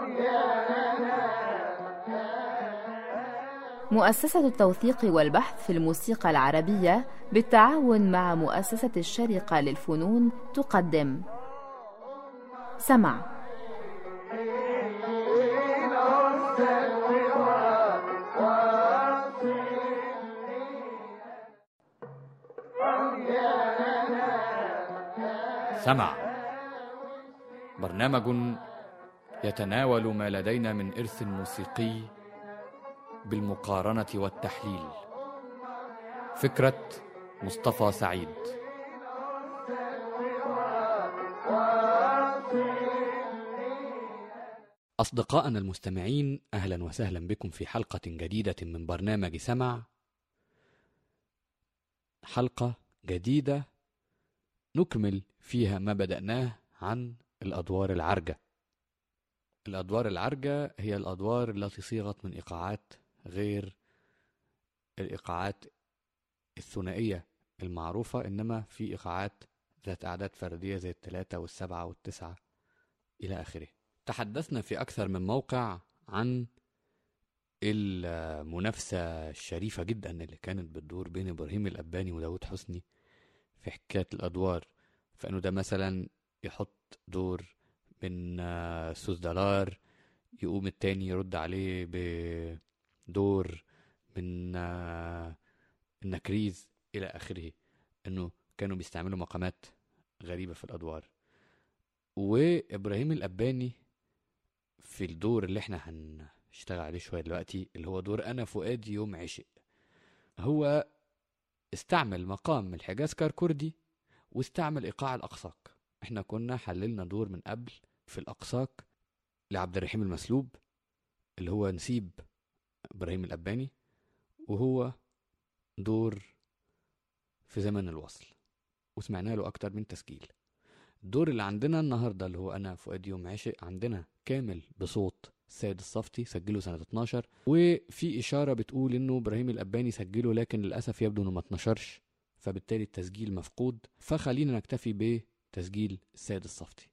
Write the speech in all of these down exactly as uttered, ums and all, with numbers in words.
مؤسسة التوثيق والبحث في الموسيقى العربية بالتعاون مع مؤسسة الشارقة للفنون تقدم سمع. سمع برنامج يتناول ما لدينا من إرث موسيقي بالمقارنة والتحليل. فكرة مصطفى سعيد. أصدقائنا المستمعين، أهلا وسهلا بكم في حلقة جديدة من برنامج سمع. حلقة جديدة نكمل فيها ما بدأناه عن الأدوار العرجة. الأدوار العرجة هي الأدوار التي صيغت من إيقاعات غير الإيقاعات الثنائية المعروفة، إنما في إيقاعات ذات أعداد فردية زي الثلاثة والسبعة والتسعة إلى آخره. تحدثنا في أكثر من موقع عن المنافسة الشريفة جدا اللي كانت بتدور بين إبراهيم الأباني وداود حسني في حكاية الأدوار، فإنه ده مثلا يحط دور من سوس دولار، يقوم التاني يرد عليه بدور من النكريز إلى آخره. إنه كانوا بيستعملوا مقامات غريبة في الأدوار. وإبراهيم الأباني في الدور اللي احنا هنشتغل عليه شوية دلوقتي، اللي هو دور أنا فؤادي يوم عشق، هو استعمل مقام الحجاز كركردي واستعمل إيقاع الأقصاك. احنا كنا حللنا دور من قبل في الأقصاك لعبد الرحيم المسلوب اللي هو نسيب إبراهيم الأباني، وهو دور في زمن الوصل، وسمعنا له أكتر من تسجيل. الدور اللي عندنا النهاردة اللي هو أنا فؤادي يوم عشق عندنا كامل بصوت السيد الصفتي، سجله سنة اتناشر، وفي إشارة بتقول إنه إبراهيم الأباني سجله، لكن للأسف يبدو إنه ما اتنشرش، فبالتالي التسجيل مفقود. فخلينا نكتفي بتسجيل السيد الصفتي.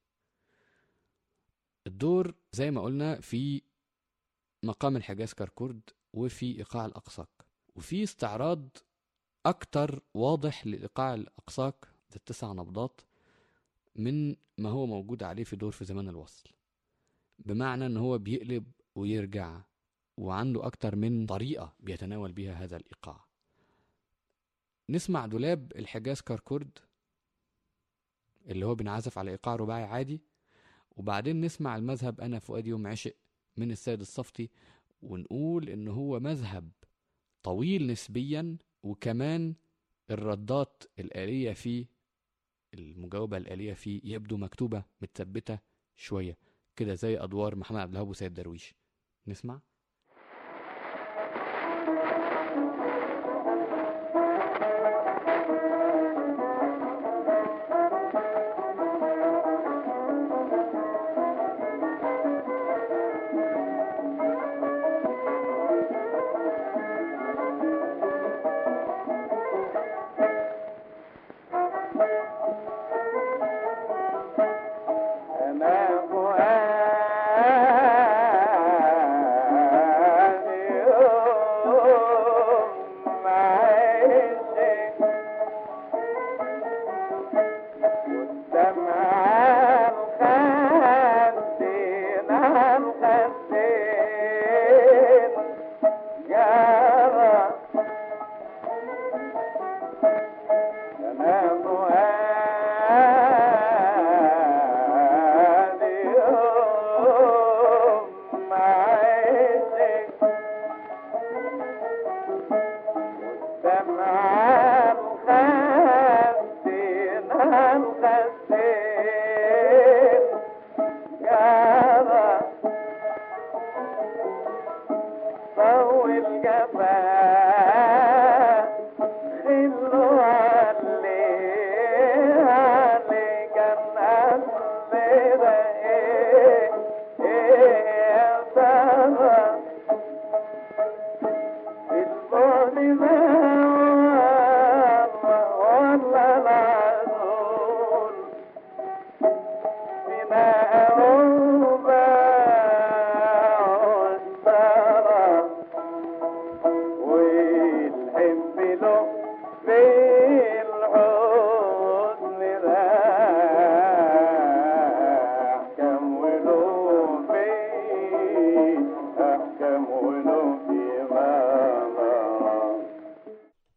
الدور زي ما قلنا في مقام الحجاز كركرد وفي إيقاع الأقصاك، وفي استعراض أكتر واضح لإيقاع الأقصاك ذات تسع نبضات من ما هو موجود عليه في دور في زمان الوصل، بمعنى أنه هو بيقلب ويرجع، وعنده أكتر من طريقة بيتناول بها هذا الإيقاع. نسمع دولاب الحجاز كركرد اللي هو بنعزف على إيقاع رباعي عادي، وبعدين نسمع المذهب أنا فؤادي يوم عشق من السيد الصفتي، ونقول إنه هو مذهب طويل نسبيا، وكمان الردات الآلية فيه، المجاوبة الآلية فيه يبدو مكتوبة متثبتة شوية كده زي أدوار محمد عبد الوهاب وسيد درويش. نسمع.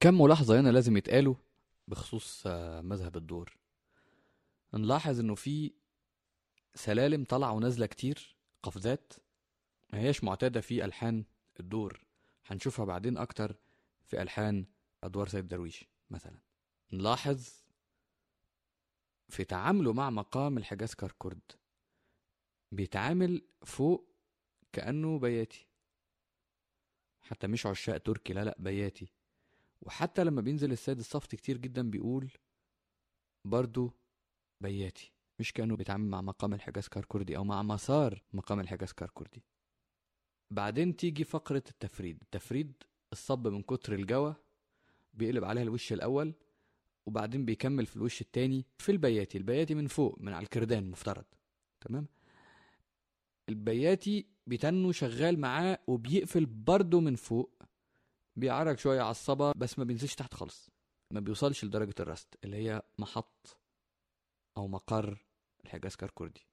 كم ملاحظة هنا لازم يتقالوا بخصوص مذهب الدور. نلاحظ انه في سلالم طالعة ونازلة كتير، قفزات ما هيش معتادة في ألحان الدور، هنشوفها بعدين أكتر في ألحان أدوار سيد درويش مثلا. نلاحظ في تعامله مع مقام الحجاز كركرد بيتعامل فوق كأنه بياتي، حتى مش عشاق تركي، لا لا بياتي. وحتى لما بينزل السيد الصفتي كتير جدا بيقول برضو بياتي، مش كأنه بيتعامل مع مقام الحجاز كركردي أو مع مسار مقام الحجاز كركردي. بعدين تيجي فقرة التفريد. التفريد الصب من كتر الجوى بيقلب عليها الوش الأول، وبعدين بيكمل في الوش التاني في البياتي. البياتي من فوق من على الكردان مفترض، تمام. البياتي بيتنو شغال معاه وبيقفل برضه من فوق، بيعرج شوية على الصبا بس ما بينزلش تحت خالص، ما بيوصلش لدرجة الرست اللي هي محط أو مقر الحجاز كركردي.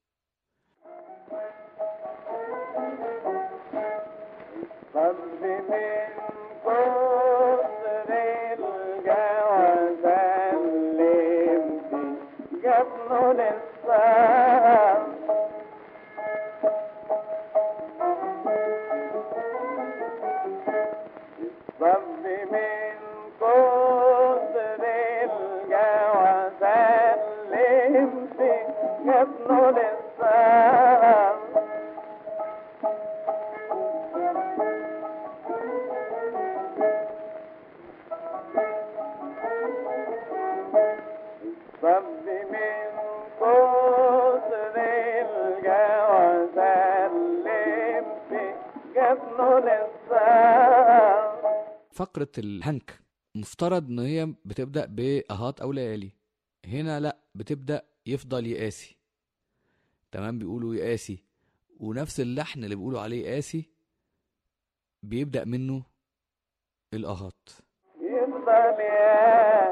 فقرة الهنك مفترض ان هي بتبدأ بأهات او ليالي، هنا لا، بتبدأ يفضل يقاسي، تمام. بيقولوا يقاسي، ونفس اللحن اللي بيقولوا عليه قاسي بيبدأ منه الأهات. يفضل يقاسي.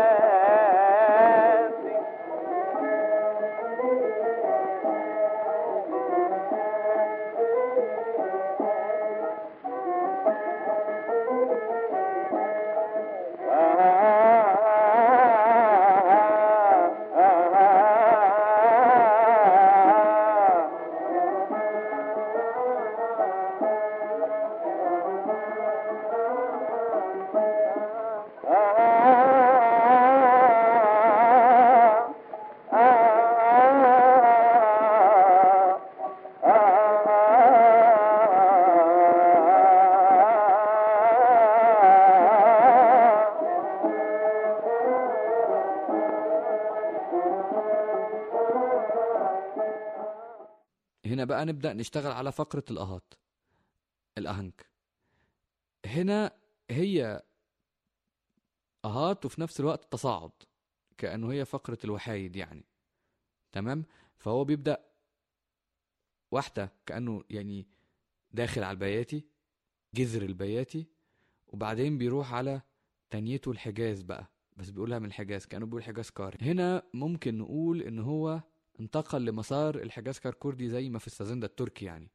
هنا بقى نبدأ نشتغل على فقرة الأهات، الأهنك. هنا هي أهات وفي نفس الوقت تصاعد، كأنه هي فقرة الوحايد يعني، تمام. فهو بيبدأ واحدة كأنه يعني داخل على البياتي، جذر البياتي، وبعدين بيروح على تانيته الحجاز بقى، بس بيقولها من الحجاز كأنه بيقول حجاز كاري. هنا ممكن نقول إن هو انتقل لمسار الحجاز كركردي زي ما في السازندا التركي يعني.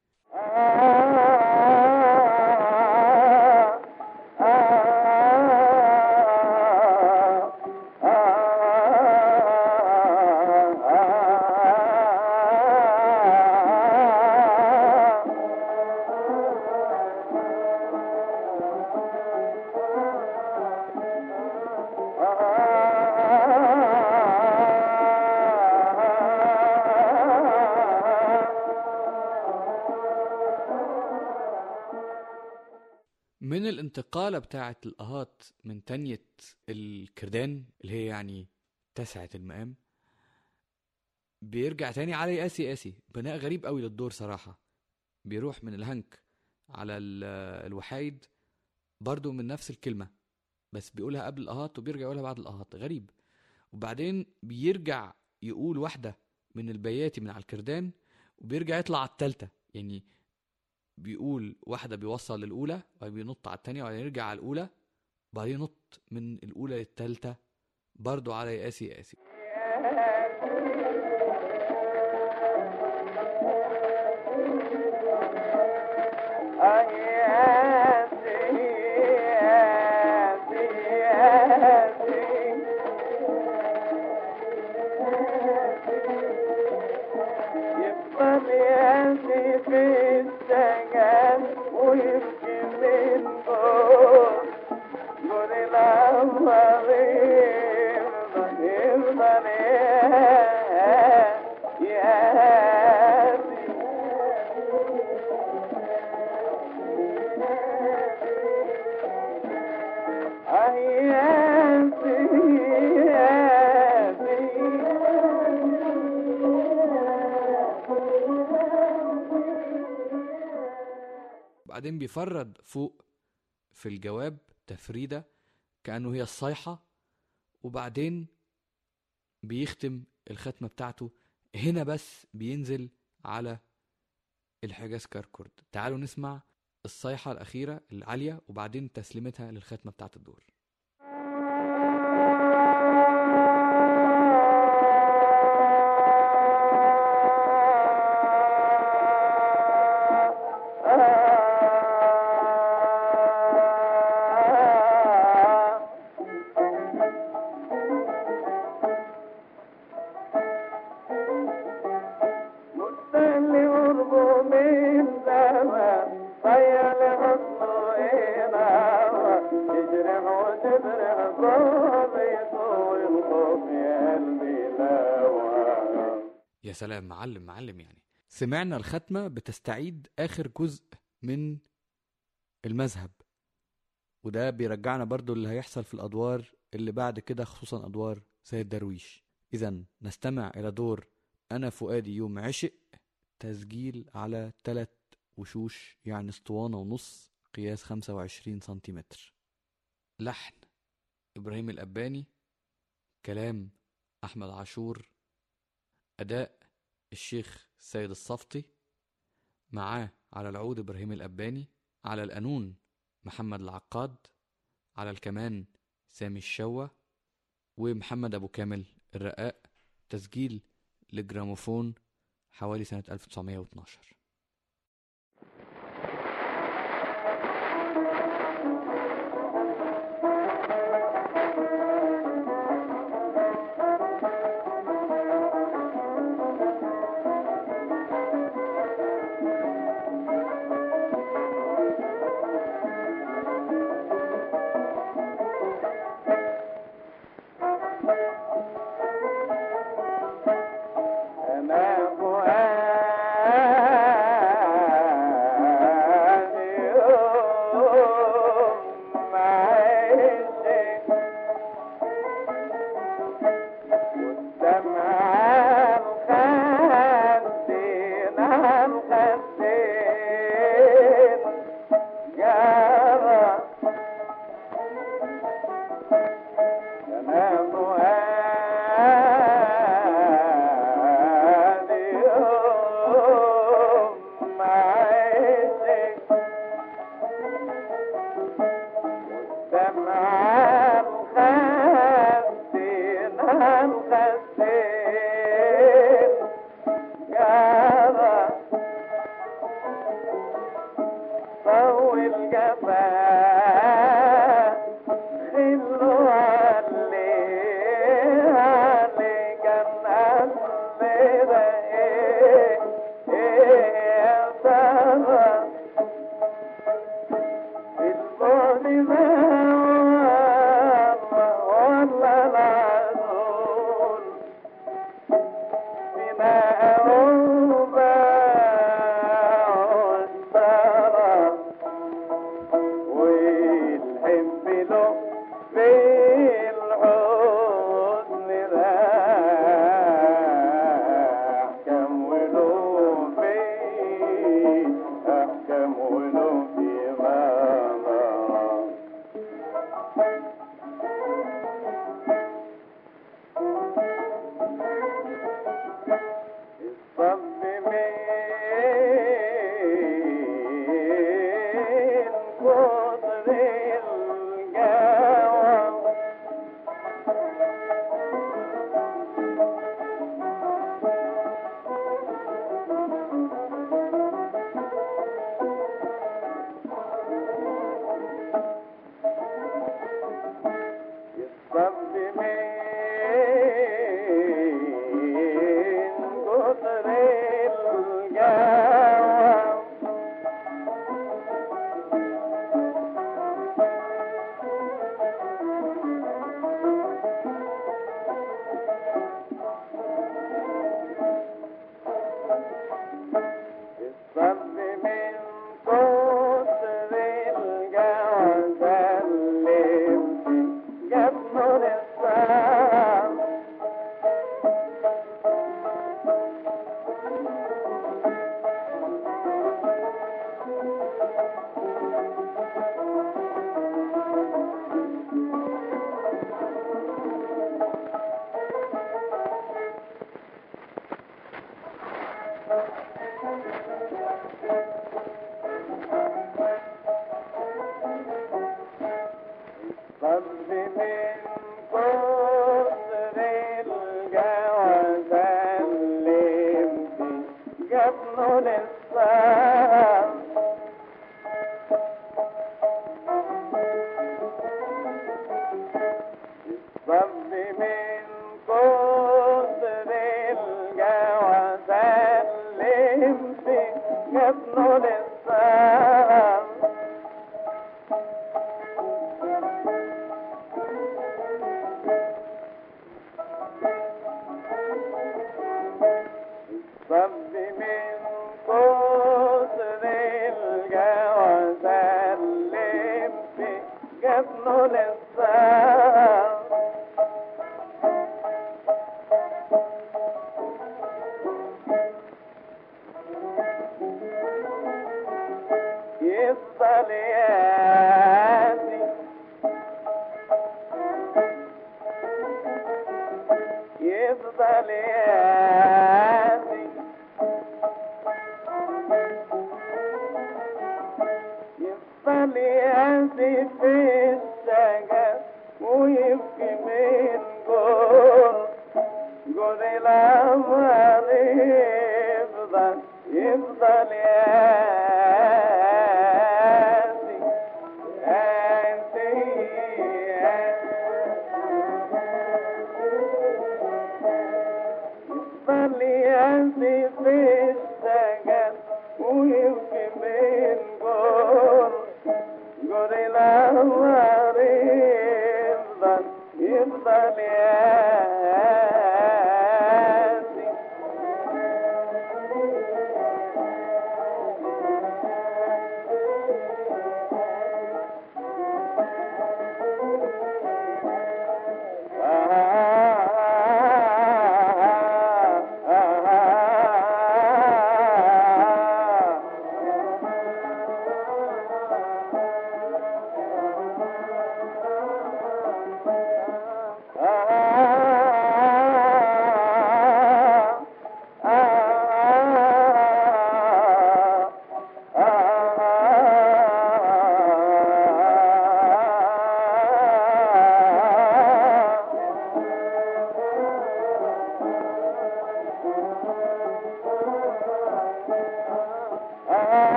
من الانتقالة بتاعة الأهات من تانية الكردان اللي هي يعني تسعة المقام، بيرجع تاني على قاسي قاسي. بناء غريب قوي للدور صراحة، بيروح من الهنك على الوحايد برضو من نفس الكلمة، بس بيقولها قبل الأهات وبيرجع يقولها بعد الأهات، غريب. وبعدين بيرجع يقول واحدة من البياتي من على الكردان وبيرجع يطلع على التالتة، يعني بيقول واحدة بيوصل للأولى وبعدين بينط على التانية وبعدين يرجع على الأولى وبعدين ينط من الأولى للتالتة برضو على ياسي ياسي. بعدين بيفرد فوق في الجواب تفريدة كأنه هي الصيحة، وبعدين بيختم الختمة بتاعته هنا بس بينزل على الحجاز كركورد. تعالوا نسمع الصيحة الأخيرة العالية وبعدين تسليمتها للختمة بتاعت الدور. يا سلام، معلم معلم. يعني سمعنا الختمة بتستعيد آخر جزء من المذهب، وده بيرجعنا برضو اللي هيحصل في الأدوار اللي بعد كده، خصوصا أدوار سيد درويش. إذن نستمع إلى دور أنا فؤادي يوم عشق، تسجيل على ثلاث وشوش يعني اسطوانة ونص، قياس خمسة وعشرين سنتيمتر. لحن إبراهيم الأباني، كلام أحمد عاشور، أداء الشيخ سيد الصفتي، معاه على العود إبراهيم الأباني، على القانون محمد العقاد، على الكمان سامي الشوة، ومحمد أبو كامل الرقاق. تسجيل للجراموفون حوالي سنة ألف وتسعمائة واثني عشر.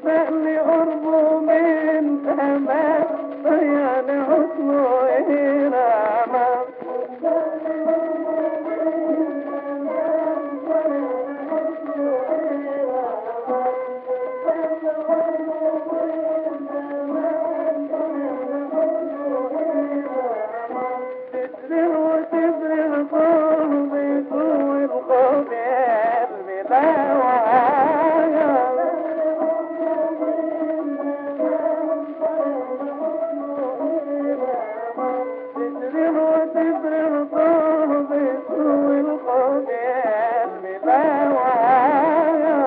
مستني قربه من أمان يعني حسنه إلى أمان تسرر وتبرر قلبي سوء الخوف يا قلبي لا وعايا تسرر وتبرر قلبي سوء الخوف يا قلبي لا وعايا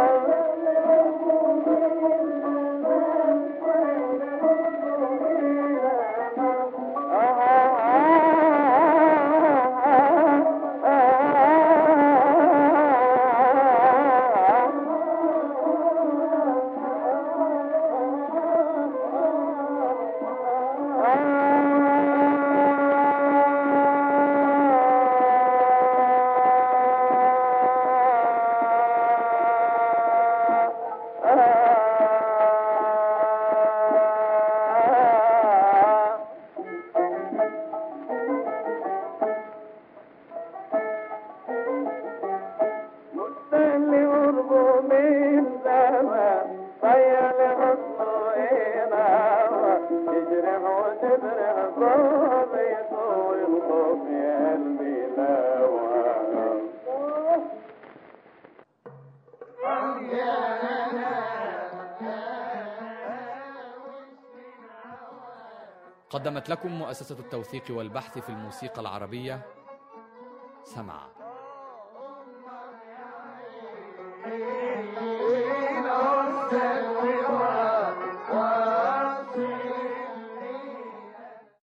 مستني قربه من زمان طيل حسنه إناوة تجرح وتبرح قلبي طول الخوف يا قلبي لا وعاء قدمت لكم مؤسسة التوثيق والبحث في الموسيقى العربية سمع.